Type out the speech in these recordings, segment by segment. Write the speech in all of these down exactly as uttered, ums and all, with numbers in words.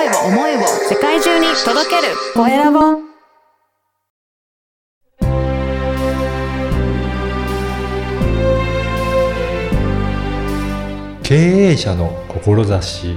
声を思いを世界中に届けるコエラボ。 経営者の志。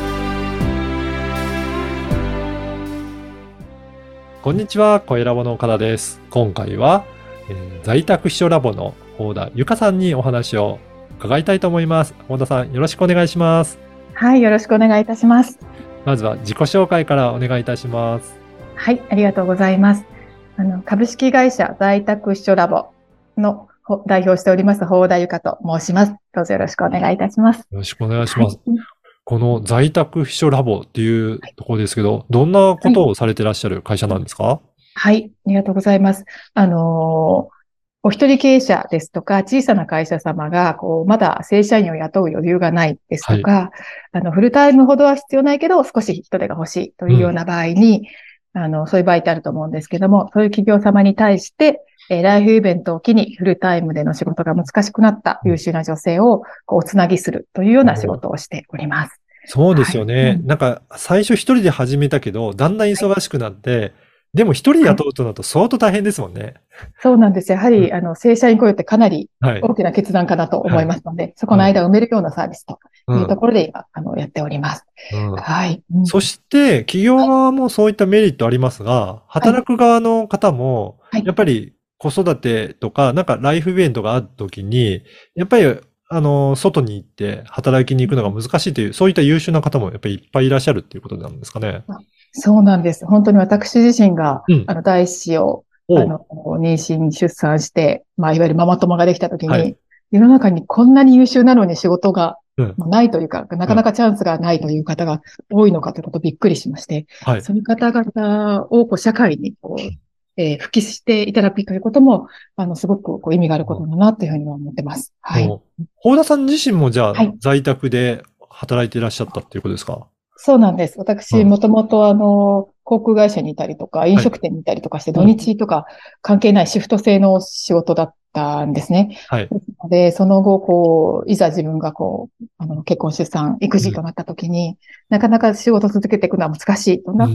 こんにちは、コエラボの岡田です。今回は、えー、在宅秘書ラボの大田由香さんにお話を伺いたいと思います。大田さん、よろしくお願いします。 はい、よろしくお願いいたします。 まずは自己紹介からお願いいたします。 はい、ありがとうございます。あの株式会社在宅秘書ラボの代表しております大田由香と申します。どうぞよろしくお願いいたします。よろしくお願いします。 はい、 この在宅秘書ラボっていうところですけど、はい、どんなことをされていらっしゃる会社なんですか？はい、 はい、ありがとうございます。あのーお一人経営者ですとか、小さな会社様が、こう、まだ正社員を雇う余裕がないですとか、はい、あの、フルタイムほどは必要ないけど、少し人手が欲しいというような場合に、うん、あの、そういう場合ってあると思うんですけども、そういう企業様に対して、えー、ライフイベントを機にフルタイムでの仕事が難しくなった優秀な女性を、こう、おつなぎするというような仕事をしております。 そうですよね。はい、うん、なんか、最初一人で始めたけど、だんだん忙しくなって、はい、でも一人雇うとなると相当大変ですもんね。はい、 そうなんですよ。やはり、うん、あの、正社員雇用ってかなり大きな決断かなと思いますので、はい、そこの間を埋めるようなサービスというところで今、うん、あの、やっております。 うん、はい、うん。そして、企業側もそういったメリットありますが、はい、働く側の方も、やっぱり子育てとか、なんかライフイベントがあるときに、やっぱり、あの、外に行って働きに行くのが難しいという、そういった優秀な方もやっぱりいっぱいいらっしゃるっていうことなんですかね。 そうなんです。本当に私自身が、うん、あの、第一子を、あの、妊娠、出産して、まあ、いわゆるママ友ができたときに、はい、世の中にこんなに優秀なのに仕事がないというか、うん、なかなかチャンスがないという方が多いのかということをびっくりしまして、はい、そういう方々をこう社会にこう、えー、復帰していただくということも、あの、すごくこう意味があることだなというふうに思ってます。はい。 大田さん自身もじゃあ、はい、在宅で働いていらっしゃったっていうことですか？ そうなんです。私、もともとあの、航空会社にいたりとか、飲食店にいたりとかして、はい、土日とか関係ないシフト制の仕事だったんですね。はい。で、その後、こう、いざ自分がこう、あの、結婚、出産、育児となった時に、うん、なかなか仕事続けていくのは難しいとなって、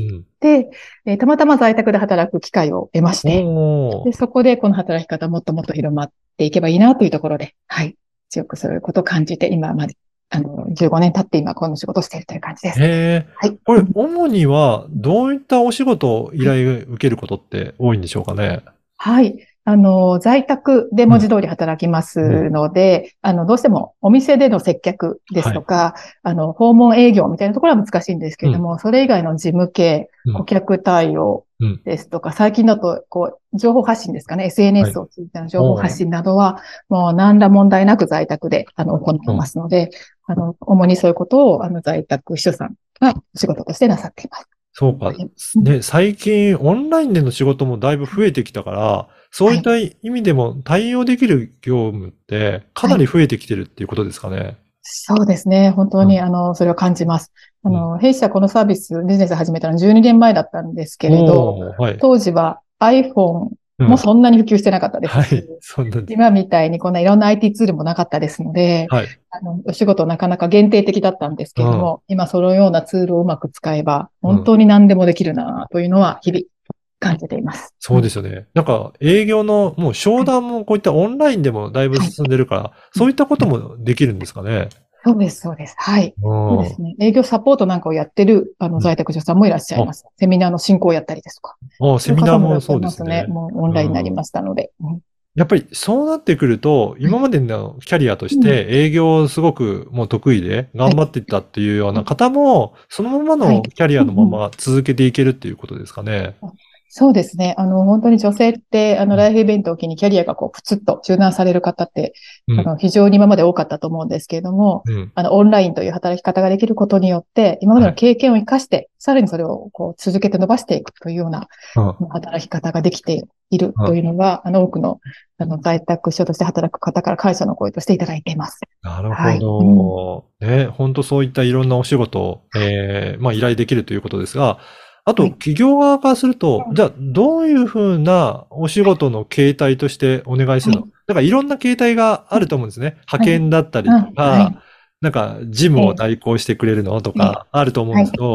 うん、えー、たまたま在宅で働く機会を得まして、で、そこでこの働き方もっともっと広まっていけばいいなというところで、はい。強くそういうことを感じて、今まであの、じゅうごねん経って今この仕事をしているという感じです。 へー。はい。これ、主にはどういったお仕事を依頼を受けることって多いんでしょうかね？ はい。あの、在宅で文字通り働きますので、うん、あの、どうしてもお店での接客ですとか、はい、あの、訪問営業みたいなところは難しいんですけれども、うん、それ以外の事務系、顧客対応ですとか、うん、最近だと、こう、情報発信ですかね、エスエヌエス を通じての情報発信などは、もう何ら問題なく在宅で、あの、行っていますので、あの、主にそういうことを、あの、在宅秘書さんが仕事としてなさっています。 そうか。ね、最近オンラインでの仕事もだいぶ増えてきたから、そういった意味でも対応できる業務ってかなり増えてきてるっていうことですかね。はい、 そうですね。本当に、うん、あの、それを感じます。あの、うん、弊社このサービス、ビジネス始めたのじゅうにねんまえだったんですけれど、はい、当時は iPhone もそんなに普及してなかったですし、うんはい、そんな今みたいにこんないろんな アイティー ツールもなかったですので、はい、あのお仕事なかなか限定的だったんですけれども、うん、今そのようなツールをうまく使えば、本当に何でもできるなというのは日々感じています。 そうですよね。なんか営業のもう商談もこういったオンラインでもだいぶ進んでるから、はい、そういったこともできるんですかね。 そうです、そうです。はい。そうですね。営業サポートなんかをやってる、あの、在宅女さんもいらっしゃいます。うん、セミナーの進行をやったりですとか。 ああ、セミナーもそうですね。 もうオンラインになりましたので。うん、 やっぱりそうなってくると、今までのキャリアとして営業すごくもう得意で頑張っていったっていうような方も、そのままのキャリアのまま続けていけるっていうことですかね。 そうですね。あの、本当に女性って、あの、ライフイベントを機にキャリアがこう、プツッと中断される方って、うん、あの、非常に今まで多かったと思うんですけれども、うん、あの、オンラインという働き方ができることによって、今までの経験を活かして、はい、さらにそれをこう、続けて伸ばしていくというような、うん、働き方ができているというのが、うん、あの、多くの、あの、在宅秘書として働く方から感謝の声としていただいています。 なるほど。はい、ね、本当そういったいろんなお仕事を、えー、まあ、依頼できるということですが、あと、企業側からすると、はい、じゃあ、どういうふうなお仕事の形態としてお願いするの？はい、だから、いろんな形態があると思うんですね。はい、派遣だったりとか、はい、なんか、事務を代行してくれるのとか、あると思うんですけど、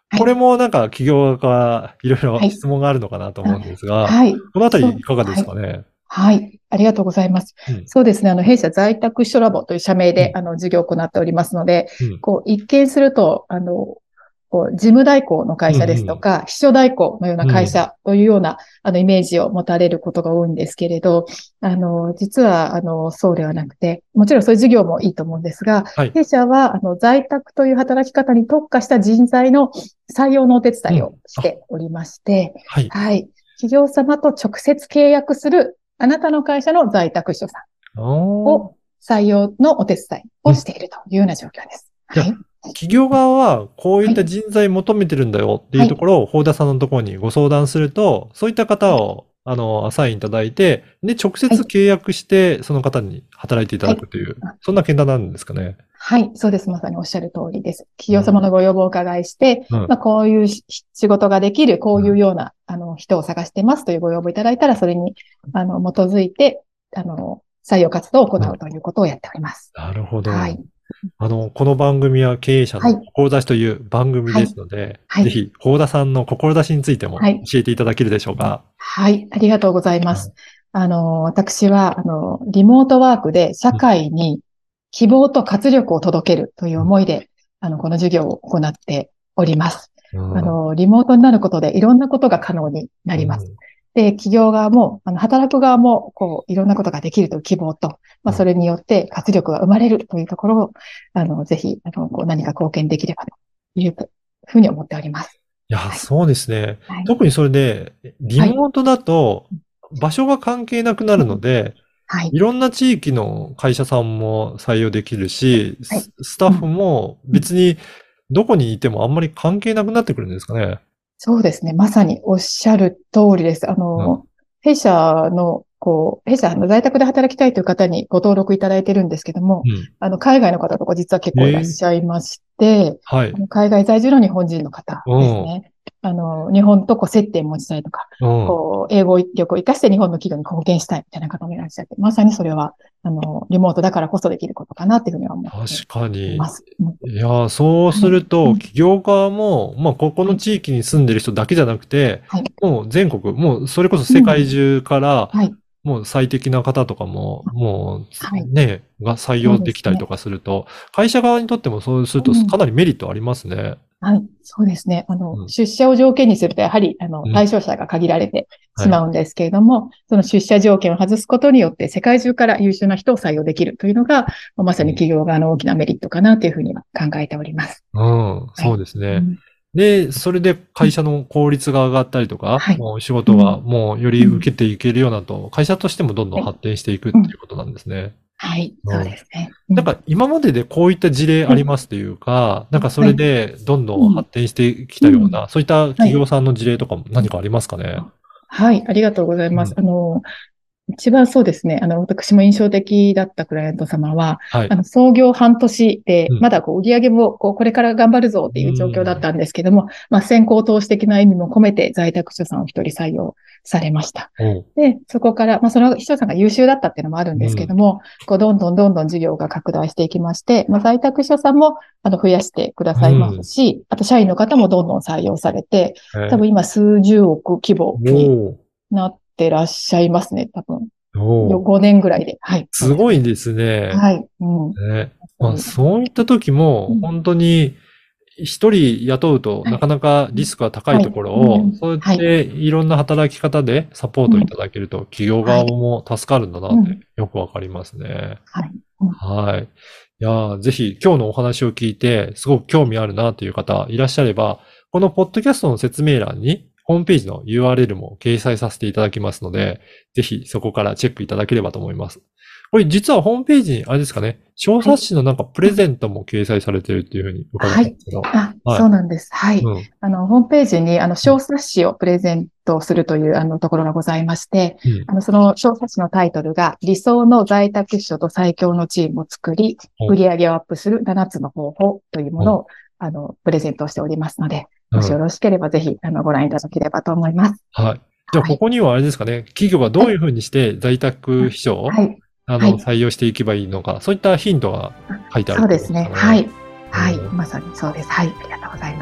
これもなんか企業側いろいろ質問があるのかなと思うんですが、 はい。 このあたりいかがですかね。 はい。ありがとうございます。うん、そうですね。あの、弊社在宅秘書ラボという社名で、うん、あの、事業を行っておりますので、うん、こう、一見すると、あの、こう、事務代行の会社ですとか、うんうん、秘書代行のような会社というような、うん、あの、イメージを持たれることが多いんですけれど、あの、実は、あの、そうではなくて、もちろんそういう事業もいいと思うんですが、はい、弊社は、あの、在宅という働き方に特化した人材の採用のお手伝いをしておりまして、うん、はい。はい。企業様と直接契約するあなたの会社の在宅秘書さんを採用のお手伝いをしているというような状況です。 はい。企業側はこういった人材求めてるんだよっていうところを、法田さんのところにご相談すると、そういった方を、あの、アサインいただいて、で、直接契約して、その方に働いていただくという、はい、そんな検討なんですかね。 はい、そうです。まさにおっしゃる通りです。企業様のご要望をお伺いして、うん、まあ、こういう仕事ができる、こういうような、うん、あの、人を探してますというご要望いただいたら、それに、あの、基づいて、あの、採用活動を行うということをやっております。 うん、なるほど。はい。あの、この番組は経営者の志という番組ですので、はいはい、ぜひ、法田さんの志についても教えていただけるでしょうか。 はい、はい、ありがとうございます。はい、あの、私は、あの、リモートワークで社会に希望と活力を届けるという思いで、うん、あの、この授業を行っております。うん、あの、リモートになることでいろんなことが可能になります。うん、で、企業側も、あの、働く側も、こう、いろんなことができるという希望と、まあ、それによって活力が生まれるというところを、あの、ぜひ、あの、こう、何か貢献できればというふうに思っております。 いや、はい、そうですね。はい、特にそれで、リモートだと、場所が関係なくなるので、はい、いろんな地域の会社さんも採用できるし、はい、スタッフも別にどこにいてもあんまり関係なくなってくるんですかね。 そうですね。まさにおっしゃる通りです。あの、うん、弊社の、こう、弊社の在宅で働きたいという方にご登録いただいてるんですけども、うん、あの、海外の方とか実は結構いらっしゃいまして、えーはい、海外在住の日本人の方ですね。あの、日本とこう接点持ちたいとか、こう、英語力を活かして日本の企業に貢献したいみたいな方もいらっしゃって、まさにそれは、あの、リモートだからこそできることかなっていうふうには思っています。 確かに。いや、そうすると、企業側も、まあ、ここの地域に住んでる人だけじゃなくて、はい、もう全国、もうそれこそ世界中から、うんはい、もう最適な方とかも、もうね、はい、が採用できたりとかすると、ね、会社側にとってもそうするとかなりメリットありますね。うんはい。そうですね。あの、うん、出社を条件にすると、やはり、あの、対象者が限られてしまうんですけれども、うんはい、その出社条件を外すことによって、世界中から優秀な人を採用できるというのが、まさに企業側の大きなメリットかなというふうには考えております。 うん、そうですね。はいうんで、それで会社の効率が上がったりとか、はい、もう仕事がもうより受けていけるようなと、会社としてもどんどん発展していくっていうことなんですね。 はい、そうですね。 なんか今まででこういった事例ありますというか、なんかそれでどんどん発展してきたような、そういった企業さんの事例とかも何かありますかね。 はい、ありがとうございます。あの、一番そうですね。あの、私も印象的だったクライアント様は、はい、あの、創業半年で、まだこう、売り上げも、こう、これから頑張るぞっていう状況だったんですけども、まあ、先行投資的な意味も込めて在宅秘書さんを一人採用されました。で、そこから、まあ、その秘書さんが優秀だったっていうのもあるんですけども、こう、どんどんどんどん事業が拡大していきまして、まあ、在宅秘書さんも、あの、増やしてくださいますし、あと、社員の方もどんどん採用されて、多分今、数十億規模になってらっしゃいますね、多分。ごねんぐらいで。はい。 すごいですね。 はい。うんねまあ、そういった時も、本当に一人雇うとなかなかリスクが高いところを、そうやっていろんな働き方でサポートいただけると、企業側も助かるんだなってよくわかりますね。 はい。 はい。いやぜひ今日のお話を聞いて、すごく興味あるなという方いらっしゃれば、このポッドキャストの説明欄に、ホームページの ユーアールエル も掲載させていただきますので、ぜひそこからチェックいただければと思います。これ実はホームページに、あれですかね、小冊子のなんかプレゼントも掲載されているっていうふうに伺ったんですけど。 はい。あ、はい、そうなんです。はい。うん、あの、ホームページに、あの、小冊子をプレゼントするという、あの、ところがございまして、うん、あの、その小冊子のタイトルが、理想の在宅秘書と最強のチームを作り、売上をアップするななつの方法というものを、あの、プレゼントしておりますので、もしよろしければぜひ、あの、ご覧いただければと思います。 はい。じゃあ、ここにはあれですかね、はい、企業がどういうふうにして在宅秘書を、はい、あの、はい、採用していけばいいのか、そういったヒントが書いてある、 そうですね。はい。はい。まさにそうです。はい。ありがとうございます。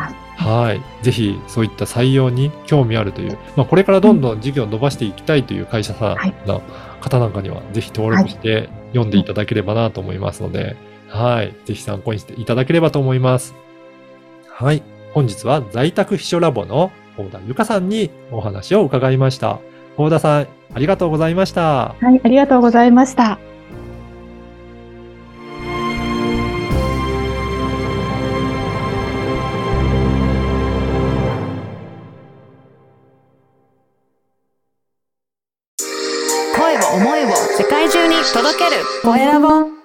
はい。ぜひ、そういった採用に興味あるという、まあ、これからどんどん事業を伸ばしていきたいという会社さんの方なんかには、ぜひ登録して読んでいただければなと思いますので、はい。ぜひ参考にしていただければと思います。はい。本日は在宅秘書ラボの幸田由香さんにお話を伺いました。幸田さん、ありがとうございました。 はい、ありがとうございました。 声を思いを世界中に届けるコエラボ。